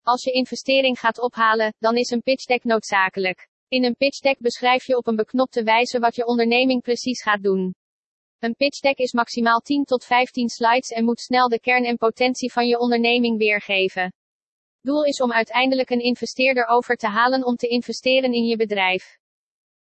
Als je investering gaat ophalen, dan is een pitch deck noodzakelijk. In een pitch deck beschrijf je op een beknopte wijze wat je onderneming precies gaat doen. Een pitch deck is maximaal 10 tot 15 slides en moet snel de kern en potentie van je onderneming weergeven. Doel is om uiteindelijk een investeerder over te halen om te investeren in je bedrijf.